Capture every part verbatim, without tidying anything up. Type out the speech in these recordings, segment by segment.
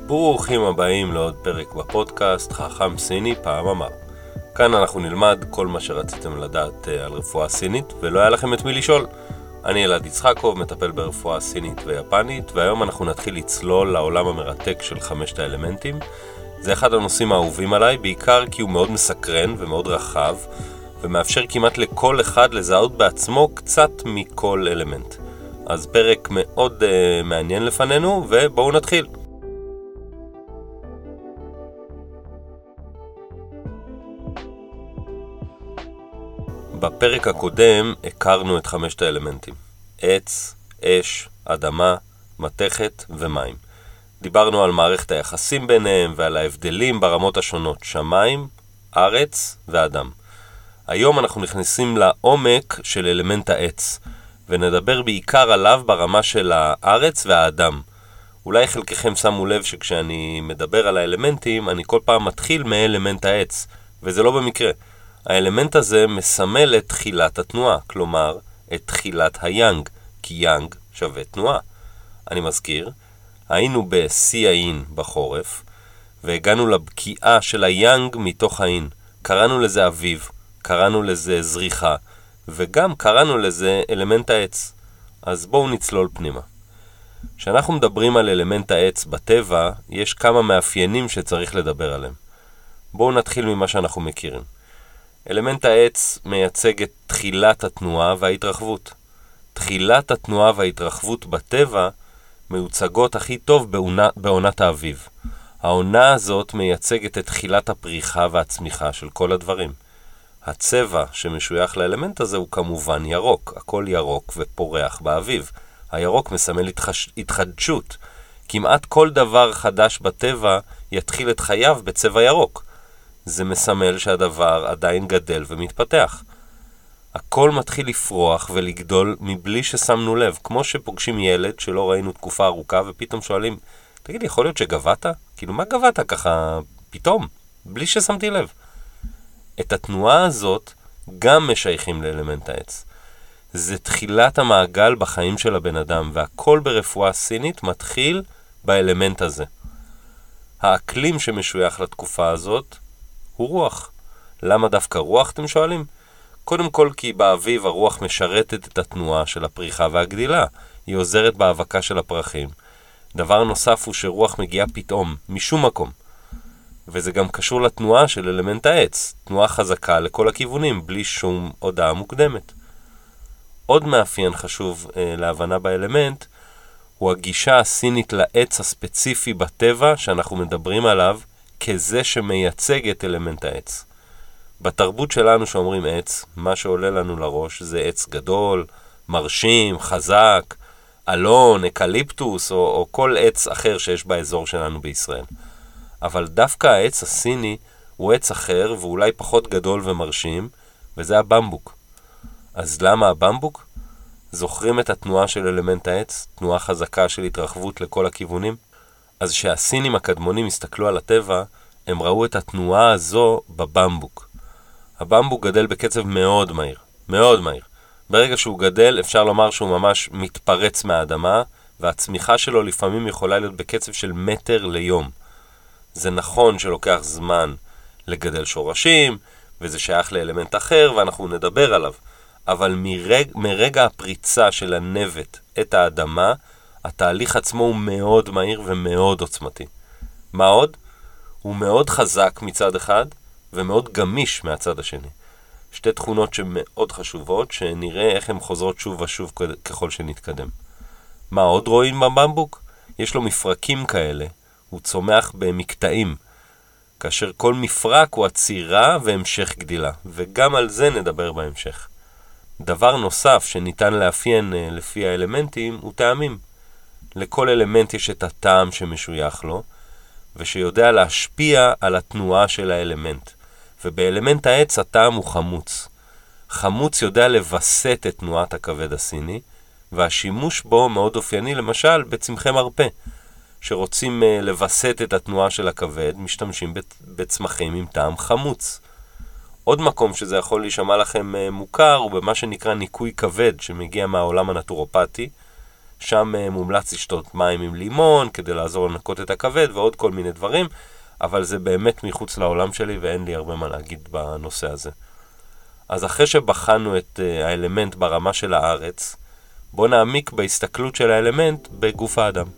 ברוכים הבאים לעוד פרק בפודקאסט חכם סיני פעם אמר. כאן אנחנו נלמד כל מה שרציתם לדעת על רפואה סינית ולא היה לכם את מי לשאול. אני אלעד יצחקוב, מטפל ברפואה סינית ויפנית, והיום אנחנו נתחיל לצלול לעולם המרתק של חמשת האלמנטים. זה אחד הנושאים האהובים עליי, בעיקר כי הוא מאוד מסקרן ומאוד רחב, ומאפשר כמעט לכל אחד לזהות בעצמו קצת מכל אלמנט. אז פרק מאוד uh, מעניין לפנינו, ובואו נתחיל. בפרק הקודם הכרנו את חמשת האלמנטים. עץ, אש, אדמה, מתכת ומים. דיברנו על מערכת היחסים ביניהם ועל ההבדלים ברמות השונות, שמיים, ארץ ואדם. היום אנחנו נכנסים לעומק של אלמנט העץ, ונדבר בעיקר עליו ברמה של הארץ והאדם. אולי חלקכם שמו לב שכשאני מדבר על האלמנטים, אני כל פעם מתחיל מאלמנט העץ, וזה לא במקרה. האלמנט הזה מסמל את תחילת התנועה, כלומר, את תחילת היאנג, כי יאנג שווה תנועה. אני מזכיר, היינו בשיא האין בחורף, והגענו לבקיעה של היאנג מתוך האין. קראנו לזה אביב, קראנו לזה זריחה, וגם קראנו לזה אלמנט העץ. אז בואו נצלול פנימה. כשאנחנו מדברים על אלמנט העץ בטבע, יש כמה מאפיינים שצריך לדבר עליהם. בואו נתחיל ממה שאנחנו מכירים. אלמנט העץ מייצג את תחילת התנועה וההתרחבות. תחילת התנועה וההתרחבות בטבע מיוצגות הכי טוב בעונה, בעונת האביב. העונה הזאת מייצגת את תחילת הפריחה והצמיחה של כל הדברים. הצבע שמשוייך לאלמנט הזה הוא כמובן ירוק. הכל ירוק ופורח באביב. הירוק מסמל התחש... התחדשות. כמעט כל דבר חדש בטבע יתחיל את חייו בצבע ירוק. זה מסמל שהדבר עדיין גדל ומתפתח. הכל מתחיל לפרוח ולגדול מבלי ששמנו לב, כמו שפוגשים ילד שלא ראינו תקופה ארוכה ופתאום שואלים, תגיד לי, יכול להיות שגבעת? כאילו, מה גבעת ככה פתאום? בלי ששמתי לב. את התנועה הזאת גם משייכים לאלמנט העץ. זה תחילת המעגל בחיים של הבן אדם, והכל ברפואה סינית מתחיל באלמנט הזה. האקלים שמשוייך לתקופה הזאת הוא רוח. למה דווקא רוח, אתם שואלים? קודם כל כי באביב הרוח משרתת את התנועה של הפריחה והגדילה. היא עוזרת בהאבקה של הפרחים. דבר נוסף הוא שרוח מגיעה פתאום, משום מקום. וזה גם קשור לתנועה של אלמנט העץ. תנועה חזקה לכל הכיוונים, בלי שום הודעה מוקדמת. עוד מאפיין חשוב אה, להבנה באלמנט, הוא הגישה הסינית לעץ הספציפי בטבע שאנחנו מדברים עליו, כזה שמייצג את אלמנט העץ. בתרבות שלנו שאומרים עץ, מה שעולה לנו לראש זה עץ גדול, מרשים, חזק, אלון, אקליפטוס או, או כל עץ אחר שיש באזור שלנו בישראל. אבל דווקא העץ הסיני הוא עץ אחר ואולי פחות גדול ומרשים, וזה הבמבוק. אז למה הבמבוק? זוכרים את התנועה של אלמנט העץ? תנועה חזקה של התרחבות לכל הכיוונים? אז שהסינים הקדמונים הסתכלו על הטבע, הם ראו את התנועה הזו בבמבוק. הבמבוק גדל בקצב מאוד מהיר, מאוד מהיר. ברגע שהוא גדל, אפשר לומר שהוא ממש מתפרץ מהאדמה, והצמיחה שלו לפעמים יכולה להיות בקצב של מטר ליום. זה נכון שלוקח זמן לגדל שורשים, וזה שייך לאלמנט אחר, ואנחנו נדבר עליו. אבל מרג, מרגע הפריצה של הנבט את האדמה, התהליך עצמו הוא מאוד מהיר ומאוד עוצמתי. מה עוד? הוא מאוד חזק מצד אחד ומאוד גמיש מהצד השני. שתי תכונות שמאוד חשובות, שנראה איך הן חוזרות שוב ושוב ככל שנתקדם. מה עוד רואים בבמבוק? יש לו מפרקים כאלה. הוא צומח במקטעים, כאשר כל מפרק הוא עצירה והמשך גדילה, וגם על זה נדבר בהמשך. דבר נוסף שניתן לאפיין לפי האלמנטים הוא טעמים. לכל אלמנט יש את הטעם שמשוייך לו, ושיודע להשפיע על התנועה של האלמנט. ובאלמנט העץ הטעם הוא חמוץ. חמוץ יודע לבסט את תנועת הכבד הסיני, והשימוש בו מאוד אופייני למשל בצמחי מרפא. שרוצים לבסט את התנועה של הכבד, משתמשים בצמחים עם טעם חמוץ. עוד מקום שזה יכול להישמע לכם מוכר, הוא במה שנקרא ניקוי כבד, שמגיע מהעולם הנטורופטי, שם מומלץ לשתות מים עם לימון, כדי לעזור לנקות את הכבד, ועוד כל מיני דברים, אבל זה באמת מחוץ לעולם שלי, ואין לי הרבה מה להגיד בנושא הזה. אז אחרי שבחנו את האלמנט ברמה של הארץ, בוא נעמיק בהסתכלות של האלמנט בגוף האדם.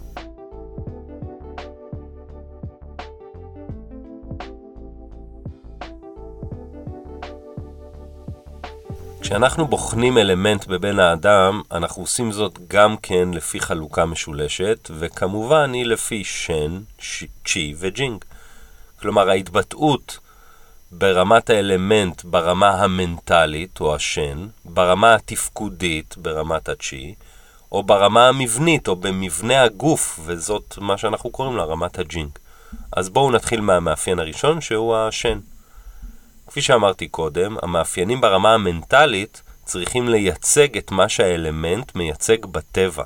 כשאנחנו בוחנים אלמנט בבן האדם, אנחנו עושים זאת גם כן לפי חלוקה משולשת, וכמובן היא לפי שן, צ'י וג'ינג. כלומר, ההתבטאות ברמת האלמנט ברמה המנטלית או השן, ברמה התפקודית ברמת הצ'י, או ברמה המבנית או במבנה הגוף, וזאת מה שאנחנו קוראים לה רמת הג'ינג. אז בואו נתחיל מהמאפיין הראשון שהוא השן. כפי שאמרתי קודם, המאפיינים ברמה המנטלית צריכים לייצג את מה שהאלמנט מייצג בטבע.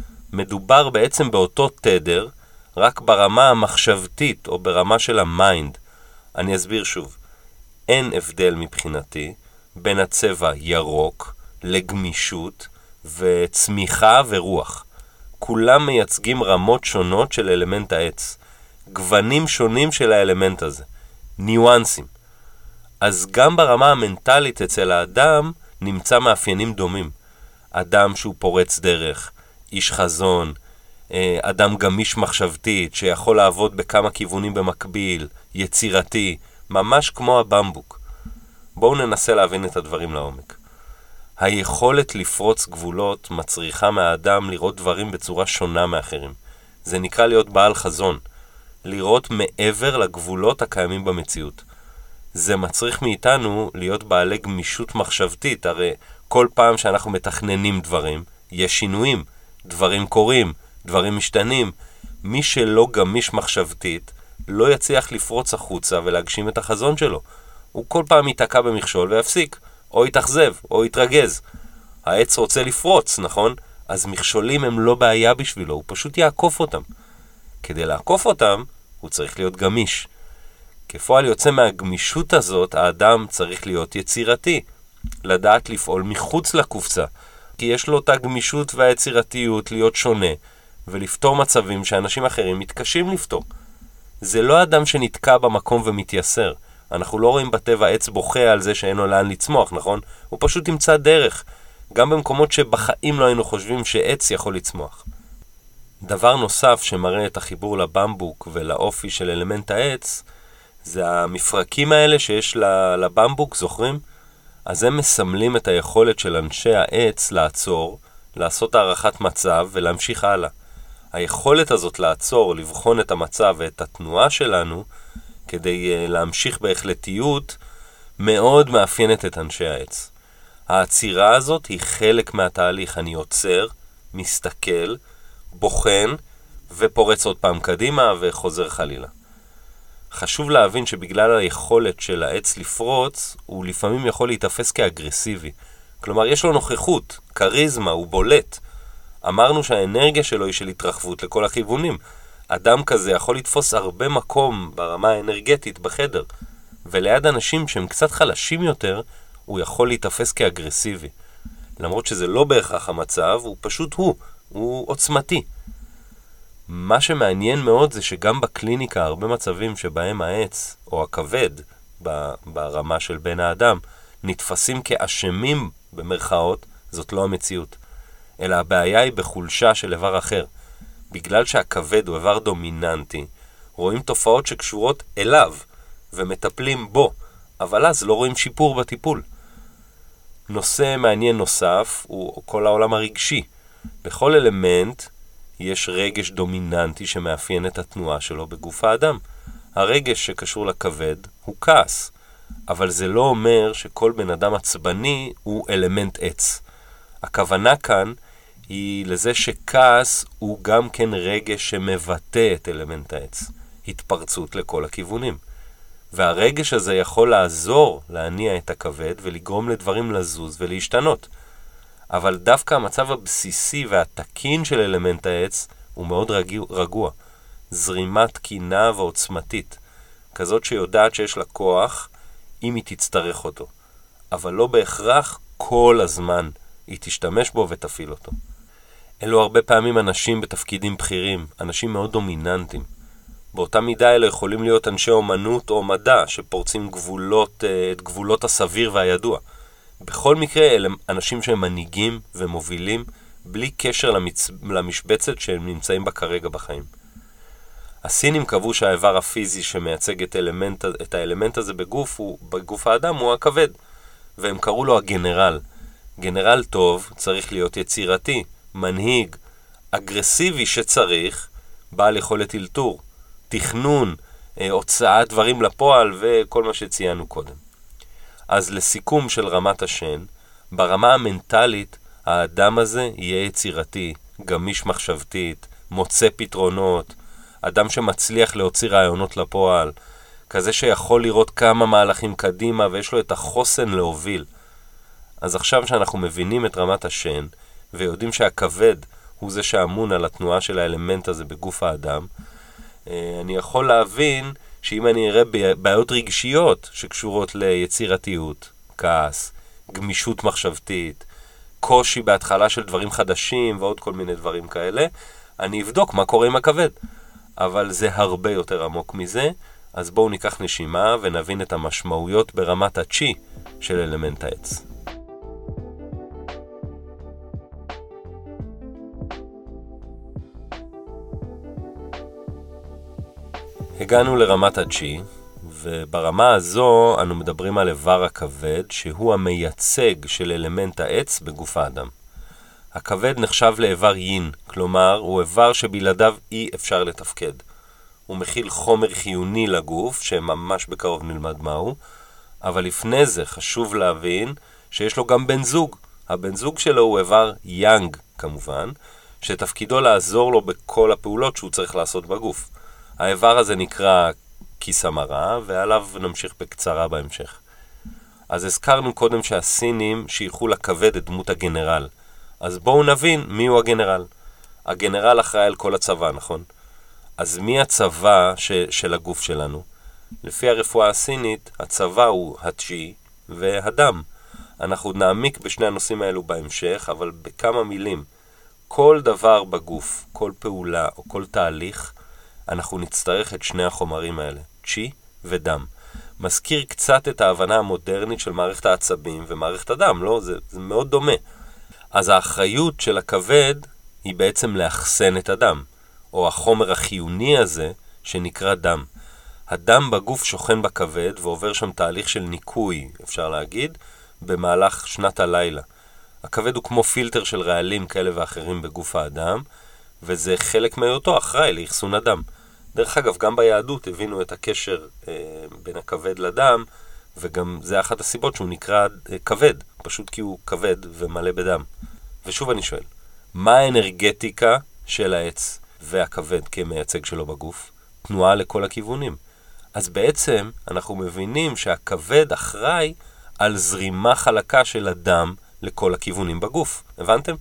מדובר בעצם באותו תדר, רק ברמה המחשבתית או ברמה של המיינד. אני אסביר שוב. אין הבדל מבחינתי בין הצבע ירוק לגמישות וצמיחה ורוח. כולם מייצגים רמות שונות של אלמנט העץ. גוונים שונים של האלמנט הזה. ניואנסים. אז גם ברמה המנטלית אצל האדם נמצא מאפיינים דומים. אדם שהוא פורץ דרך, איש חזון, אדם גמיש מחשבתית שיכול לעבוד בכמה כיוונים במקביל, יצירתי, ממש כמו הבמבוק. בואו ננסה להבין את הדברים לעומק. היכולת לפרוץ גבולות מצריכה מהאדם לראות דברים בצורה שונה מאחרים. זה נקרא להיות בעל חזון, לראות מעבר לגבולות הקיימים במציאות. זה מצריך מאיתנו להיות בעלי גמישות מחשבתית, הרי כל פעם שאנחנו מתכננים דברים, יש שינויים, דברים קורים, דברים משתנים. מי שלא גמיש מחשבתית, לא יצליח לפרוץ החוצה ולהגשים את החזון שלו. הוא כל פעם ייתקע במכשול ויפסיק, או יתאכזב, או יתרגז. העץ רוצה לפרוץ, נכון? אז מכשולים הם לא בעיה בשבילו, הוא פשוט יעקוף אותם. כדי לעקוף אותם, הוא צריך להיות גמיש. כפועל יוצא מהגמישות הזאת, האדם צריך להיות יצירתי, לדעת לפעול מחוץ לקופסה, כי יש לו את הגמישות והיצירתיות להיות שונה, ולפתור מצבים שאנשים אחרים מתקשים לפתור. זה לא אדם שנתקע במקום ומתייסר. אנחנו לא רואים בטבע עץ בוכה על זה שאין לו לאן לצמוח, נכון? הוא פשוט ימצא דרך, גם במקומות שבחיים לא היינו חושבים שעץ יכול לצמוח. דבר נוסף שמראה את החיבור לבמבוק ולאופי של אלמנט העץ, זה המפרקים האלה שיש לבמבוק, זוכרים? אז הם מסמלים את היכולת של אנשי העץ לעצור, לעשות הערכת מצב ולהמשיך הלאה. היכולת הזאת לעצור, לבחון את המצב ואת התנועה שלנו, כדי להמשיך בהחלטיות, מאוד מאפיינת את אנשי העץ. העצירה הזאת היא חלק מהתהליך. אני עוצר, מסתכל, בוחן, ופורץ עוד פעם קדימה וחוזר חלילה. חשוב להבין שבגלל היכולת של העץ לפרוץ, הוא לפעמים יכול להתאפס כאגרסיבי. כלומר, יש לו נוכחות, קריזמה, הוא בולט. אמרנו שהאנרגיה שלו היא של התרחבות לכל הכיוונים. אדם כזה יכול לתפוס הרבה מקום ברמה האנרגטית בחדר, וליד אנשים שהם קצת חלשים יותר, הוא יכול להתאפס כאגרסיבי. למרות שזה לא בהכרח המצב, הוא פשוט הוא, הוא עוצמתי. מה שמעניין מאוד זה שגם בקליניקה הרבה מצבים שבהם העץ או הכבד ברמה של בן האדם נתפסים כאשמים במרכאות, זאת לא המציאות. אלא הבעיה היא בחולשה של איבר אחר. בגלל שהכבד הוא איבר דומיננטי, רואים תופעות שקשורות אליו ומטפלים בו, אבל אז לא רואים שיפור בטיפול. נושא מעניין נוסף הוא כל העולם הרגשי. בכל אלמנט יש רגש דומיננטי שמאפיין את התנועה שלו בגוף האדם. הרגש שקשור לכבד הוא כעס, אבל זה לא אומר שכל בן אדם עצבני הוא אלמנט עץ. הכוונה כאן היא לזה שכעס הוא גם כן רגש שמבטא את אלמנט העץ. התפרצות לכל הכיוונים. והרגש הזה יכול לעזור להניע את הכבד ולגרום לדברים לזוז ולהשתנות. אבל דווקא המצב הבסיסי והתקין של אלמנט העץ הוא מאוד רגוע. זרימה תקינה ועוצמתית. כזאת שיודעת שיש לה כוח אם היא תצטרך אותו. אבל לא בהכרח כל הזמן היא תשתמש בו ותפעיל אותו. אלו הרבה פעמים אנשים בתפקידים בכירים, אנשים מאוד דומיננטיים. באותה מידה אלו יכולים להיות אנשי אומנות או מדע שפורצים גבולות, את גבולות הסביר והידוע. בכל מקרה אלה אנשים שהם מנהיגים ומובילים בלי קשר למצ... למשבצת שהם נמצאים בה כרגע בחיים. הסינים קבעו שהאיבר הפיזי שמייצג את, אלמנט... את האלמנט הזה בגוף, הוא... בגוף האדם הוא הכבד, והם קראו לו הגנרל. גנרל טוב צריך להיות יצירתי, מנהיג, אגרסיבי שצריך, בעל יכולת אלתור, תכנון, הוצאת דברים לפועל וכל מה שציינו קודם. אז לסיכום של רמת השן, ברמה המנטלית האדם הזה יהיה יצירתי, גמיש מחשבתית, מוצא פתרונות, אדם שמצליח להוציא רעיונות לפועל, כזה שיכול לראות כמה מהלכים קדימה ויש לו את החוסן להוביל. אז עכשיו שאנחנו מבינים את רמת השן ויודעים שהכבד הוא זה שאמון על התנועה של האלמנט הזה בגוף האדם, אני יכול להבין שאם אני אראה בעיות רגשיות שקשורות ליצירתיות, כעס, גמישות מחשבתית, קושי בהתחלה של דברים חדשים ועוד כל מיני דברים כאלה, אני אבדוק מה קורה עם הכבד. אבל זה הרבה יותר עמוק מזה, אז בואו ניקח נשימה ונבין את המשמעויות ברמת הצ'י של אלמנט העץ. הגענו לרמת הצ'י, וברמה הזו אנו מדברים על איבר הכבד, שהוא המייצג של אלמנט העץ בגוף האדם. הכבד נחשב לאיבר יין, כלומר הוא איבר שבלעדיו אי אפשר לתפקד. הוא מכיל חומר חיוני לגוף, שממש בקרוב נלמד מהו, אבל לפני זה חשוב להבין שיש לו גם בן זוג. הבן זוג שלו הוא איבר יאנג כמובן, שתפקידו לעזור לו בכל הפעולות שהוא צריך לעשות בגוף. האיבר הזה נקרא כיס המרה, ועליו נמשיך בקצרה בהמשך. אז הזכרנו קודם שהסינים שייכו לכבד את דמות הגנרל. אז בואו נבין מיהו הגנרל. הגנרל אחראי על כל הצבא, נכון? אז מי הצבא ש- של הגוף שלנו? לפי הרפואה הסינית, הצבא הוא הצ'י והדם. אנחנו נעמיק בשני הנושאים האלו בהמשך, אבל בכמה מילים. כל דבר בגוף, כל פעולה או כל תהליך, אנחנו נצטרך את שני החומרים האלה, צ'י ודם. מזכיר קצת את ההבנה המודרנית של מערכת העצבים ומערכת הדם, לא? זה, זה מאוד דומה. אז האחריות של הכבד היא בעצם לאחסן את הדם, או החומר החיוני הזה שנקרא דם. הדם בגוף שוכן בכבד ועובר שם תהליך של ניקוי, אפשר להגיד, במהלך שנת הלילה. הכבד הוא כמו פילטר של רעלים כאלה ואחרים בגוף האדם, וזה חלק מהיותו אחראי לאחסון הדם. דרך אגב, גם ביהדות הבינו את הקשר אה, בין הכבד לדם, וגם זה אחת הסיבות שהוא נקרא אה, כבד, פשוט כי הוא כבד ומלא בדם. ושוב אני שואל, מה האנרגטיקה של העץ והכבד כמייצג שלו בגוף? תנועה לכל הכיוונים. אז בעצם אנחנו מבינים שהכבד אחראי על זרימה חלקה של הדם לכל הכיוונים בגוף. הבנתם?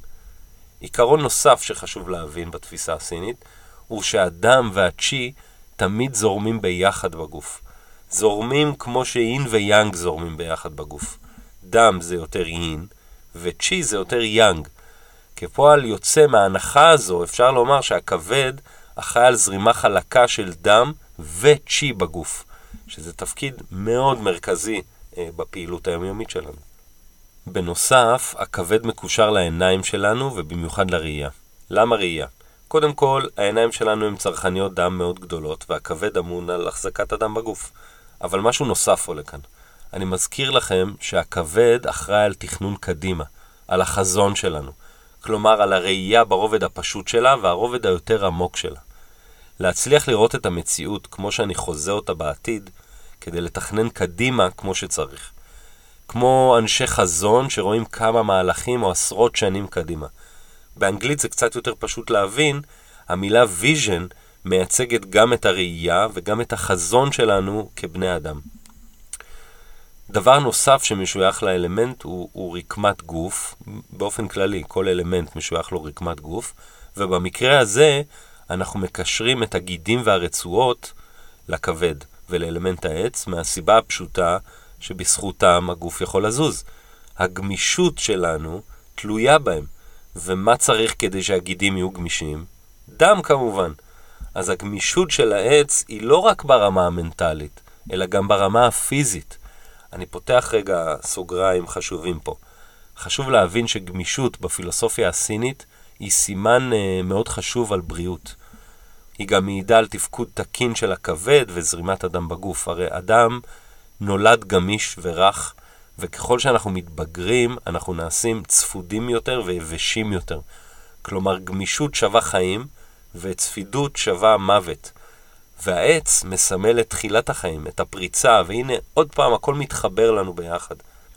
עיקרון נוסף שחשוב להבין בתפיסה הסינית, הוא שהדם והצ'י תמיד זורמים ביחד בגוף. זורמים כמו שאין ויאנג זורמים ביחד בגוף. דם זה יותר אין, וצ'י זה יותר יאנג. כפועל יוצא מההנחה הזו, אפשר לומר שהכבד אחראי על זרימה חלקה של דם וצ'י בגוף, שזה תפקיד מאוד מרכזי אה, בפעילות היומיומית שלנו. בנוסף, הכבד מקושר לעיניים שלנו ובמיוחד לראייה. למה ראייה? קודם כל, העיניים שלנו הם צרכניות דם מאוד גדולות, והכבד אמון על החזקת הדם בגוף. אבל משהו נוסף עולה כאן. אני מזכיר לכם שהכבד אחראי על תכנון קדימה, על החזון שלנו. כלומר, על הראייה ברובד הפשוט שלה והרובד היותר עמוק שלה. להצליח לראות את המציאות כמו שאני חוזה אותה בעתיד, כדי לתכנן קדימה כמו שצריך. כמו אנשי חזון שרואים כמה מהלכים או עשרות שנים קדימה. באנגלית זה קצת יותר פשוט להבין, המילה vision מייצגת גם את הראייה וגם את החזון שלנו כבני אדם. דבר נוסף שמשוייך לאלמנט הוא, הוא רקמת גוף. באופן כללי, כל אלמנט משוייך לו רקמת גוף, ובמקרה הזה אנחנו מקשרים את הגידים והרצועות לכבד ולאלמנט העץ, מהסיבה הפשוטה שבזכותם הגוף יכול לזוז. הגמישות שלנו תלויה בהם, ומה צריך כדי שהגידים יהיו גמישים? דם כמובן. אז הגמישות של העץ היא לא רק ברמה המנטלית, אלא גם ברמה הפיזית. אני פותח רגע סוגריים חשובים פה. חשוב להבין שגמישות בפילוסופיה הסינית היא סימן uh, מאוד חשוב על בריאות. היא גם מעידה על תפקוד תקין של הכבד וזרימת הדם בגוף. הרי אדם נולד גמיש ורך, וככל שאנחנו מתבגרים, אנחנו נעשים צפודים יותר ויבשים יותר. כלומר, גמישות שווה חיים, וצפידות שווה מוות. והעץ מסמל את תחילת החיים, את הפריצה, והנה עוד פעם הכל מתחבר לנו ביחד.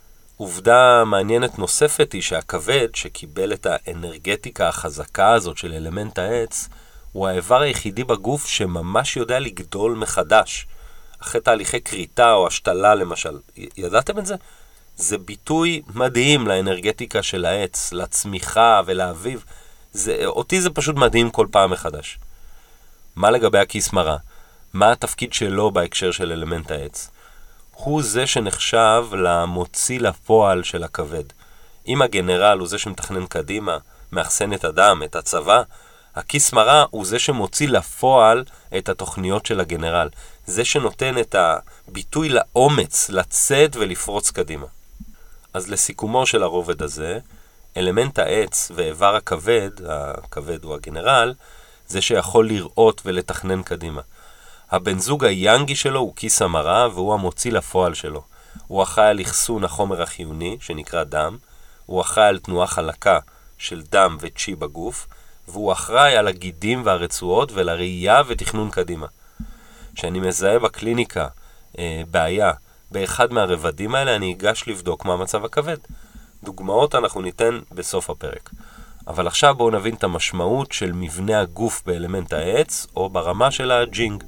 עובדה מעניינת נוספת היא שהכבד שקיבל את האנרגטיקה החזקה הזאת של אלמנט העץ, הוא האיבר היחידי בגוף שממש יודע לגדול מחדש. אחרי תהליכי קריטה או השתלה למשל. ידעתם את זה? זה ביטוי מדהים לאנרגטיקה של העץ, לצמיחה ולאביב. זה, אותי זה פשוט מדהים כל פעם מחדש. מה לגבי הכיסמרה? מה התפקיד שלו בהקשר של אלמנט העץ? הוא זה שנחשב למוציא לפועל של הכבד. אם הגנרל הוא זה שמתכנן קדימה, מאחסן את הדם, את הצבא, הכיסמרה הוא זה שמוציא לפועל את התוכניות של הגנרל. זה שנותן את הביטוי לאומץ, לצאת ולפרוץ קדימה. אז לסיכומו של הרובד הזה, אלמנט העץ ואיבר הכבד, הכבד הוא הגנרל, זה שיכול לראות ולתכנן קדימה. הבן זוג היאנגי שלו הוא כיס המרה, והוא המוציא לפועל שלו. הוא אחראי על אחסון החומר החיוני, שנקרא דם, הוא אחראי על תנועה חלקה של דם וצ'י בגוף, והוא אחראי על הגידים והרצועות ולראייה ותכנון קדימה. כשאני מזהה בקליניקה אה, בעיה באחד מהרבדים האלה, אני אגש לבדוק מה המצב הכבד. דוגמאות אנחנו ניתן בסוף הפרק. אבל עכשיו בואו נבין את המשמעות של מבנה הגוף באלמנט העץ, או ברמה של הג'ינג.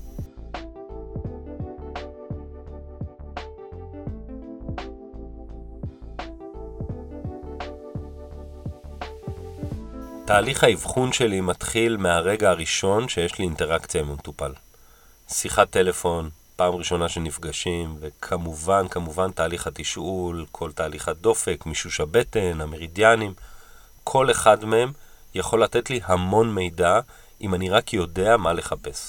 תהליך האבחון שלי מתחיל מהרגע הראשון שיש לי אינטראקציה עם המטופל. שיחת טלפון, פעם ראשונה שנפגשים, וכמובן, כמובן תהליך התשאול, כל תהליך הדופק, מישוש הבטן, המרידיאנים, כל אחד מהם יכול לתת לי המון מידע אם אני רק יודע מה לחפש.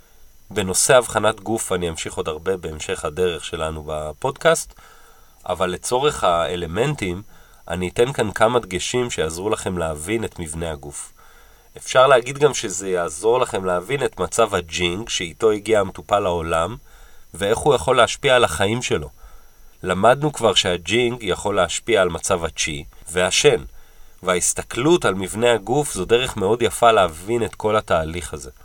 בנושא הבחנת גוף אני אמשיך עוד הרבה בהמשך הדרך שלנו בפודקאסט, אבל לצורך האלמנטים אני אתן כאן כמה דגשים שיעזרו לכם להבין את מבנה הגוף. אפשר להגיד גם שזה יעזור לכם להבין את מצב הג'ינג שאיתו הגיע המטופל לעולם, ואיך הוא יכול להשפיע על החיים שלו. למדנו כבר שהג'ינג יכול להשפיע על מצב הצ'י והשן, וההסתכלות על מבנה הגוף זו דרך מאוד יפה להבין את כל התהליך הזה.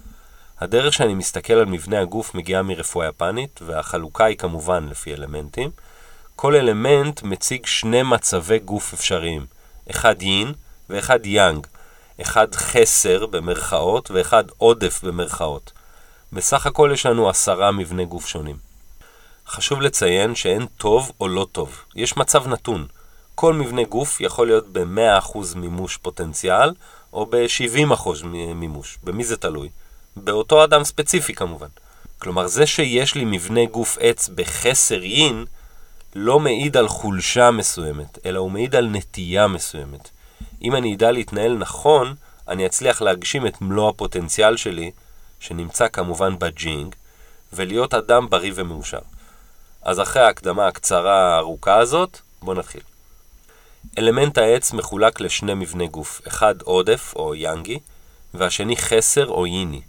הדרך שאני מסתכל על מבנה הגוף מגיעה מרפואה יפנית, והחלוקה היא כמובן לפי אלמנטים. כל אלמנט מציג שני מצבי גוף אפשריים, אחד יין ואחד יאנג, אחד חסר במרכאות ואחד עודף במרכאות. בסך הכל יש לנו עשרה מבני גוף שונים. חשוב לציין שאין טוב או לא טוב, יש מצב נתון. כל מבנה גוף יכול להיות ב-מאה אחוז מימוש פוטנציאל, או ב-שבעים אחוז מימוש. במי זה תלוי? באותו אדם ספציפי כמובן. כלומר, זה שיש לי מבנה גוף עץ בחסר יין, לא מעיד על חולשה מסוימת, אלא הוא מעיד על נטייה מסוימת. אם אני ידע להתנהל נכון, אני אצליח להגשים את מלוא הפוטנציאל שלי, שנמצא כמובן בג'ינג, ולהיות אדם בריא ומאושר. אז אחרי ההקדמה הקצרה הארוכה הזאת, בואו נתחיל. אלמנט העץ מחולק לשני מבני גוף, אחד עודף או יאנגי, והשני חסר או ייני.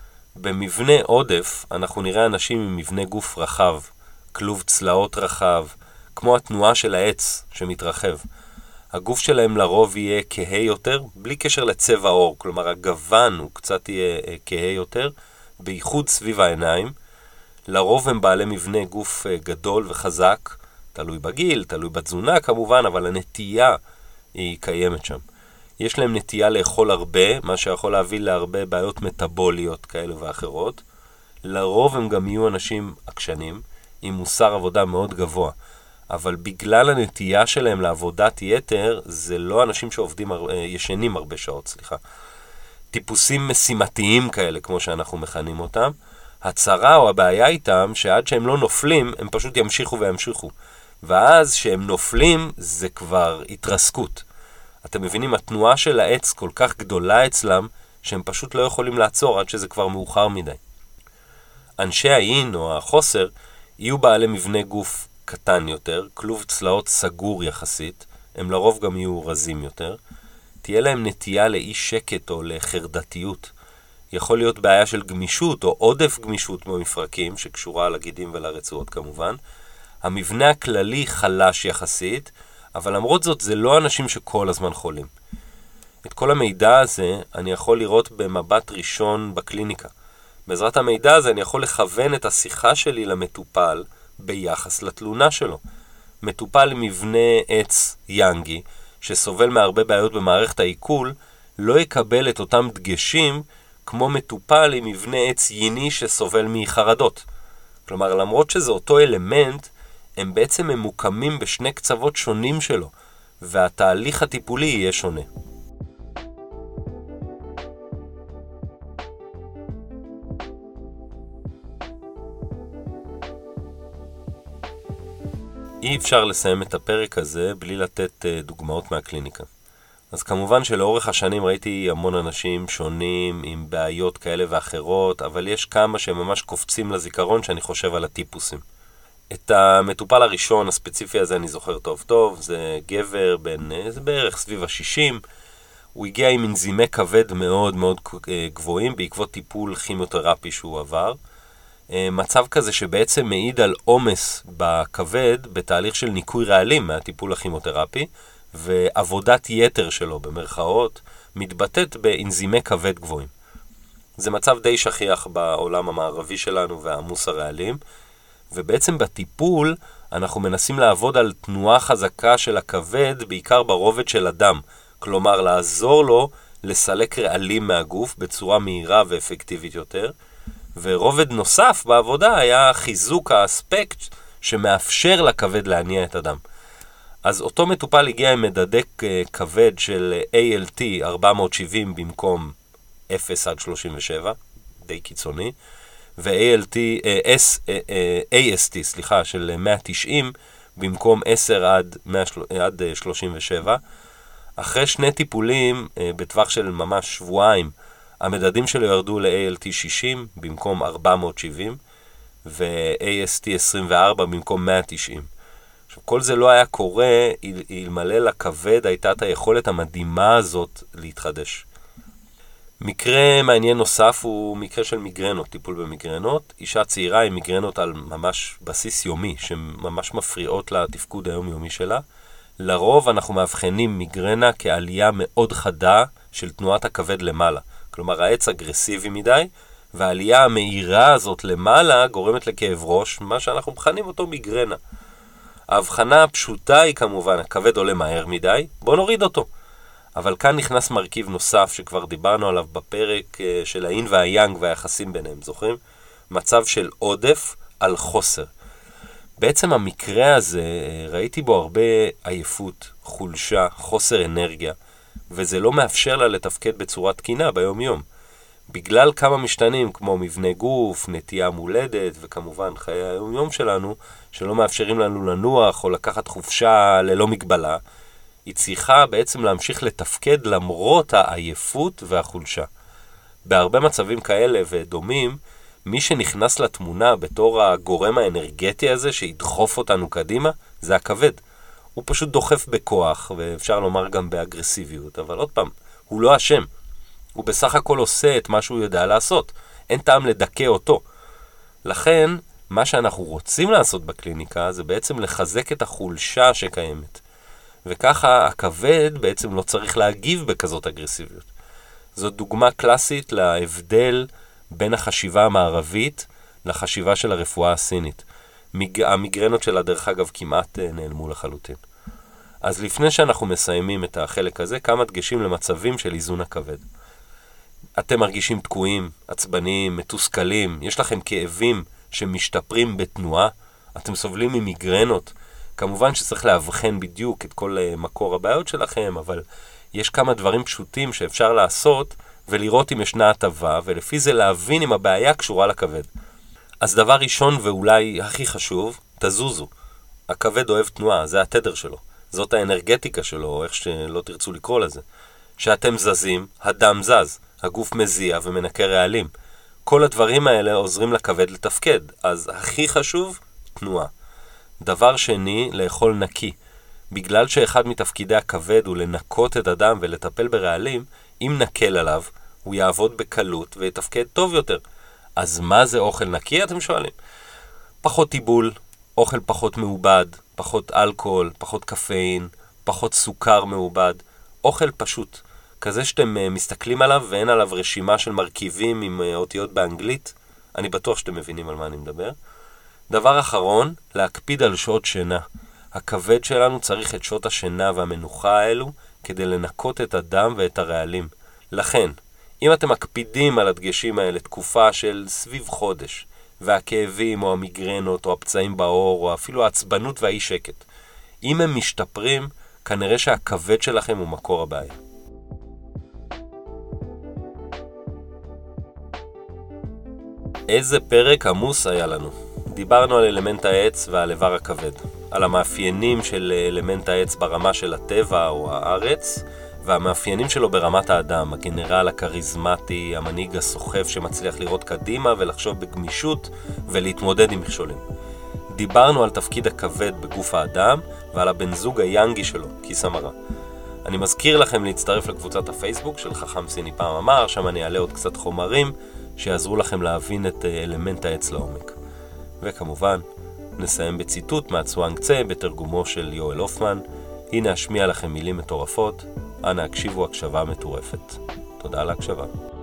במבנה עודף אנחנו נראה אנשים עם מבנה גוף רחב, כלוב צלעות רחב, כמו התנועה של העץ שמתרחב. הגוף שלהם לרוב יהיה כהה יותר, בלי קשר לצבע עור, כלומר הגוון הוא קצת יהיה כהה יותר, בייחוד סביב העיניים. לרוב הם בעלי מבנה גוף גדול וחזק, תלוי בגיל, תלוי בתזונה כמובן, אבל הנטייה היא קיימת שם. יש להם נטייה לאכול הרבה, מה שיכול להביא להרבה בעיות מטאבוליות כאלה ואחרות. לרוב הם גם יהיו אנשים עקשנים, עם מוסר עבודה מאוד גבוה. אבל בגלל הנטייה שלהם לעבודת יתר, זה לא אנשים שעובדים, ישנים הרבה שעות, סליחה. טיפוסים משימתיים כאלה, כמו שאנחנו מכנים אותם. הצרה או הבעיה איתם, שעד שהם לא נופלים, הם פשוט ימשיכו וימשיכו. ואז שהם נופלים, זה כבר התרסקות. אתם מבינים, התנועה של העץ כל כך גדולה אצלם, שהם פשוט לא יכולים לעצור עד שזה כבר מאוחר מדי. אנשי האין או החוסר יהיו בעלי מבנה גוף קטן יותר, כלוב צלעות סגור יחסית, הם לרוב גם יהיו רזים יותר, תהיה להם נטייה לאי שקט או לחרדתיות. יכול להיות בעיה של גמישות או עודף גמישות במפרקים, שקשורה לגידים ולרצועות כמובן. המבנה הכללי חלש יחסית, אבל למרות זאת זה לא אנשים שכל הזמן חולים. את כל המידע הזה אני יכול לראות במבט ראשון בקליניקה. בעזרת המידע הזה אני יכול לכוון את השיחה שלי למטופל ביחס לתלונה שלו. מטופל עם מבנה עץ יאנגי, שסובל מהרבה בעיות במערכת העיכול, לא יקבל את אותם דגשים כמו מטופל עם מבנה עץ ייני שסובל מחרדות. כלומר, למרות שזה אותו אלמנט, הם בעצם ממוקמים בשני קצוות שונים שלו, והתהליך הטיפולי יהיה שונה. אי אפשר לסיים את הפרק הזה בלי לתת דוגמאות מהקליניקה. אז כמובן שלאורך השנים ראיתי המון אנשים שונים עם בעיות כאלה ואחרות, אבל יש כמה שממש קופצים לזיכרון שאני חושב על הטיפוסים. את המטופל הראשון הספציפי הזה אני זוכר טוב טוב, זה גבר בן, זה בערך סביב ה-שישים, הוא הגיע עם אנזימי כבד מאוד מאוד גבוהים בעקבות טיפול כימותרפי שהוא עבר. מצב כזה שבעצם מעיד על עומס בכבד בתהליך של ניקוי רעלים מהטיפול הכימותרפי, ועבודת יתר שלו במרכאות מתבטאת באנזימי כבד גבוהים. זה מצב די שכיח בעולם המערבי שלנו והעמוס הרעלים, ובעצם בטיפול אנחנו מנסים לעבוד על תנועה חזקה של הכבד בעיקר ברובד של הדם, כלומר לעזור לו לסלק רעלים מהגוף בצורה מהירה ואפקטיבית יותר, ורובד נוסף בעבודה היה חיזוק האספקט שמאפשר לכבד להניע את הדם. אז אותו מטופל הגיע עם מדדי כבד של איי אל טי ארבע מאות שבעים במקום אפס עד שלושים ושבע, די קיצוני, ו-איי אל טי, איי אס טי, סליחה, של מאה ותשעים במקום עשר עד שלושים ושבע. אחרי שני טיפולים בטווח של ממש שבועיים, המדדים שלו ירדו ל-איי אל טי שישים במקום ארבע מאות שבעים, ו-איי אס טי עשרים וארבע במקום מאה ותשעים. עכשיו, כל זה לא היה קורה אלמלא לכבד הייתה את היכולת המדהימה הזאת להתחדש. מקרה מעניין נוסף הוא מקרה של מיגרנות, טיפול במיגרנות. אישה צעירה עם מיגרנות על ממש בסיס יומי, שממש מפריעות לתפקוד היומיומי שלה. לרוב אנחנו מאבחנים מיגרנה כעלייה מאוד חדה של תנועת הכבד למעלה. כלומר, העץ אגרסיבי מדי, והעלייה המהירה הזאת למעלה גורמת לכאב ראש, מה שאנחנו מכנים אותו מיגרנה. ההבחנה הפשוטה היא כמובן, הכבד עולה מהר מדי, בוא נוריד אותו. אבל כאן נכנס מרכיב נוסף שכבר דיברנו עליו בפרק של האין והיאנג והיחסים ביניהם, זוכרים? מצב של עודף על חוסר. בעצם המקרה הזה, ראיתי בו הרבה עייפות, חולשה, חוסר אנרגיה, וזה לא מאפשר לה לתפקד בצורה תקינה ביום יום. בגלל כמה משתנים כמו מבנה גוף, נטייה מולדת וכמובן חיי היום יום שלנו, שלא מאפשרים לנו לנוח או לקחת חופשה ללא מגבלה, היא צריכה בעצם להמשיך לתפקד למרות העייפות והחולשה. בהרבה מצבים כאלה ודומים, מי שנכנס לתמונה בתור הגורם האנרגטי הזה שידחוף אותנו קדימה, זה הכבד. הוא פשוט דוחף בכוח, ואפשר לומר גם באגרסיביות, אבל עוד פעם, הוא לא אשם. הוא בסך הכל עושה את מה שהוא יודע לעשות. אין טעם לדכא אותו. לכן, מה שאנחנו רוצים לעשות בקליניקה, זה בעצם לחזק את החולשה שקיימת. וככה הכבד בעצם לא צריך להגיב בכזאת אגרסיביות. זאת דוגמה קלאסית להבדל בין החשיבה המערבית לחשיבה של הרפואה הסינית. המיגרנות שלה דרך אגב כמעט נעלמו לחלוטין. אז לפני שאנחנו מסיימים את החלק הזה, כמה דגשים למצבים של איזון הכבד. אתם מרגישים תקועים, עצבניים, מתוסכלים, יש לכם כאבים שמשתפרים בתנועה, אתם סובלים ממיגרנות, כמובן שצריך להבחן בדיוק את כל מקור הבעיות שלכם, אבל יש כמה דברים פשוטים שאפשר לעשות ולראות אם ישנה הטבה, ולפי זה להבין אם הבעיה קשורה לכבד. אז דבר ראשון ואולי הכי חשוב, תזוזו. הכבד אוהב תנועה, זה התדר שלו. זאת האנרגטיקה שלו, או איך שלא תרצו לקרוא לזה. שאתם זזים, הדם זז, הגוף מזיע ומנקה רעלים. כל הדברים האלה עוזרים לכבד לתפקד, אז הכי חשוב, תנועה. דבר שני, לאכול נקי. בגלל שאחד מתפקידי הכבד הוא לנקות את הדם ולטפל ברעלים, אם נקל עליו, הוא יעבוד בקלות ויתפקד טוב יותר. אז מה זה אוכל נקי, אתם שואלים? פחות טיבול, אוכל פחות מעובד, פחות אלכוהול, פחות קפאין, פחות סוכר מעובד, אוכל פשוט. כזה שאתם מסתכלים עליו ואין עליו רשימה של מרכיבים עם אותיות באנגלית, אני בטוח שאתם מבינים על מה אני מדבר. דבר אחרון, להקפיד על שעות שינה. הכבד שלנו צריך את שעות השינה והמנוחה האלו כדי לנקות את הדם ואת הרעלים. לכן, אם אתם מקפידים על הדגשים האלה תקופה של סביב חודש, והכאבים או המיגרנות או הפצעים בעור או אפילו העצבנות והאי שקט, אם הם משתפרים, כנראה שהכבד שלכם הוא מקור הבעיה. איזה פרק עמוס היה לנו. דיברנו על אלמנט העץ ועל איבר הכבד, על המאפיינים של אלמנט העץ ברמה של הטבע או הארץ, והמאפיינים שלו ברמת האדם, הגנרל הכריזמטי, המנהיג הסוחף שמצליח לראות קדימה ולחשוב בגמישות ולהתמודד עם מכשולים. דיברנו על תפקיד הכבד בגוף האדם ועל הבן זוג היאנגי שלו, כיס המרה. אני מזכיר לכם להצטרף לקבוצת הפייסבוק של חכם סיני פעם אמר, שם אני אעלה עוד קצת חומרים שיעזרו לכם להבין את אלמנט העץ לעומק. וכמובן, נסיים בציטוט מהצואנג צה בתרגומו של יואל הופמן. הנה אשמיע לכם מילים מטורפות, אנא הקשיבו הקשבה מטורפת. תודה על ההקשבה.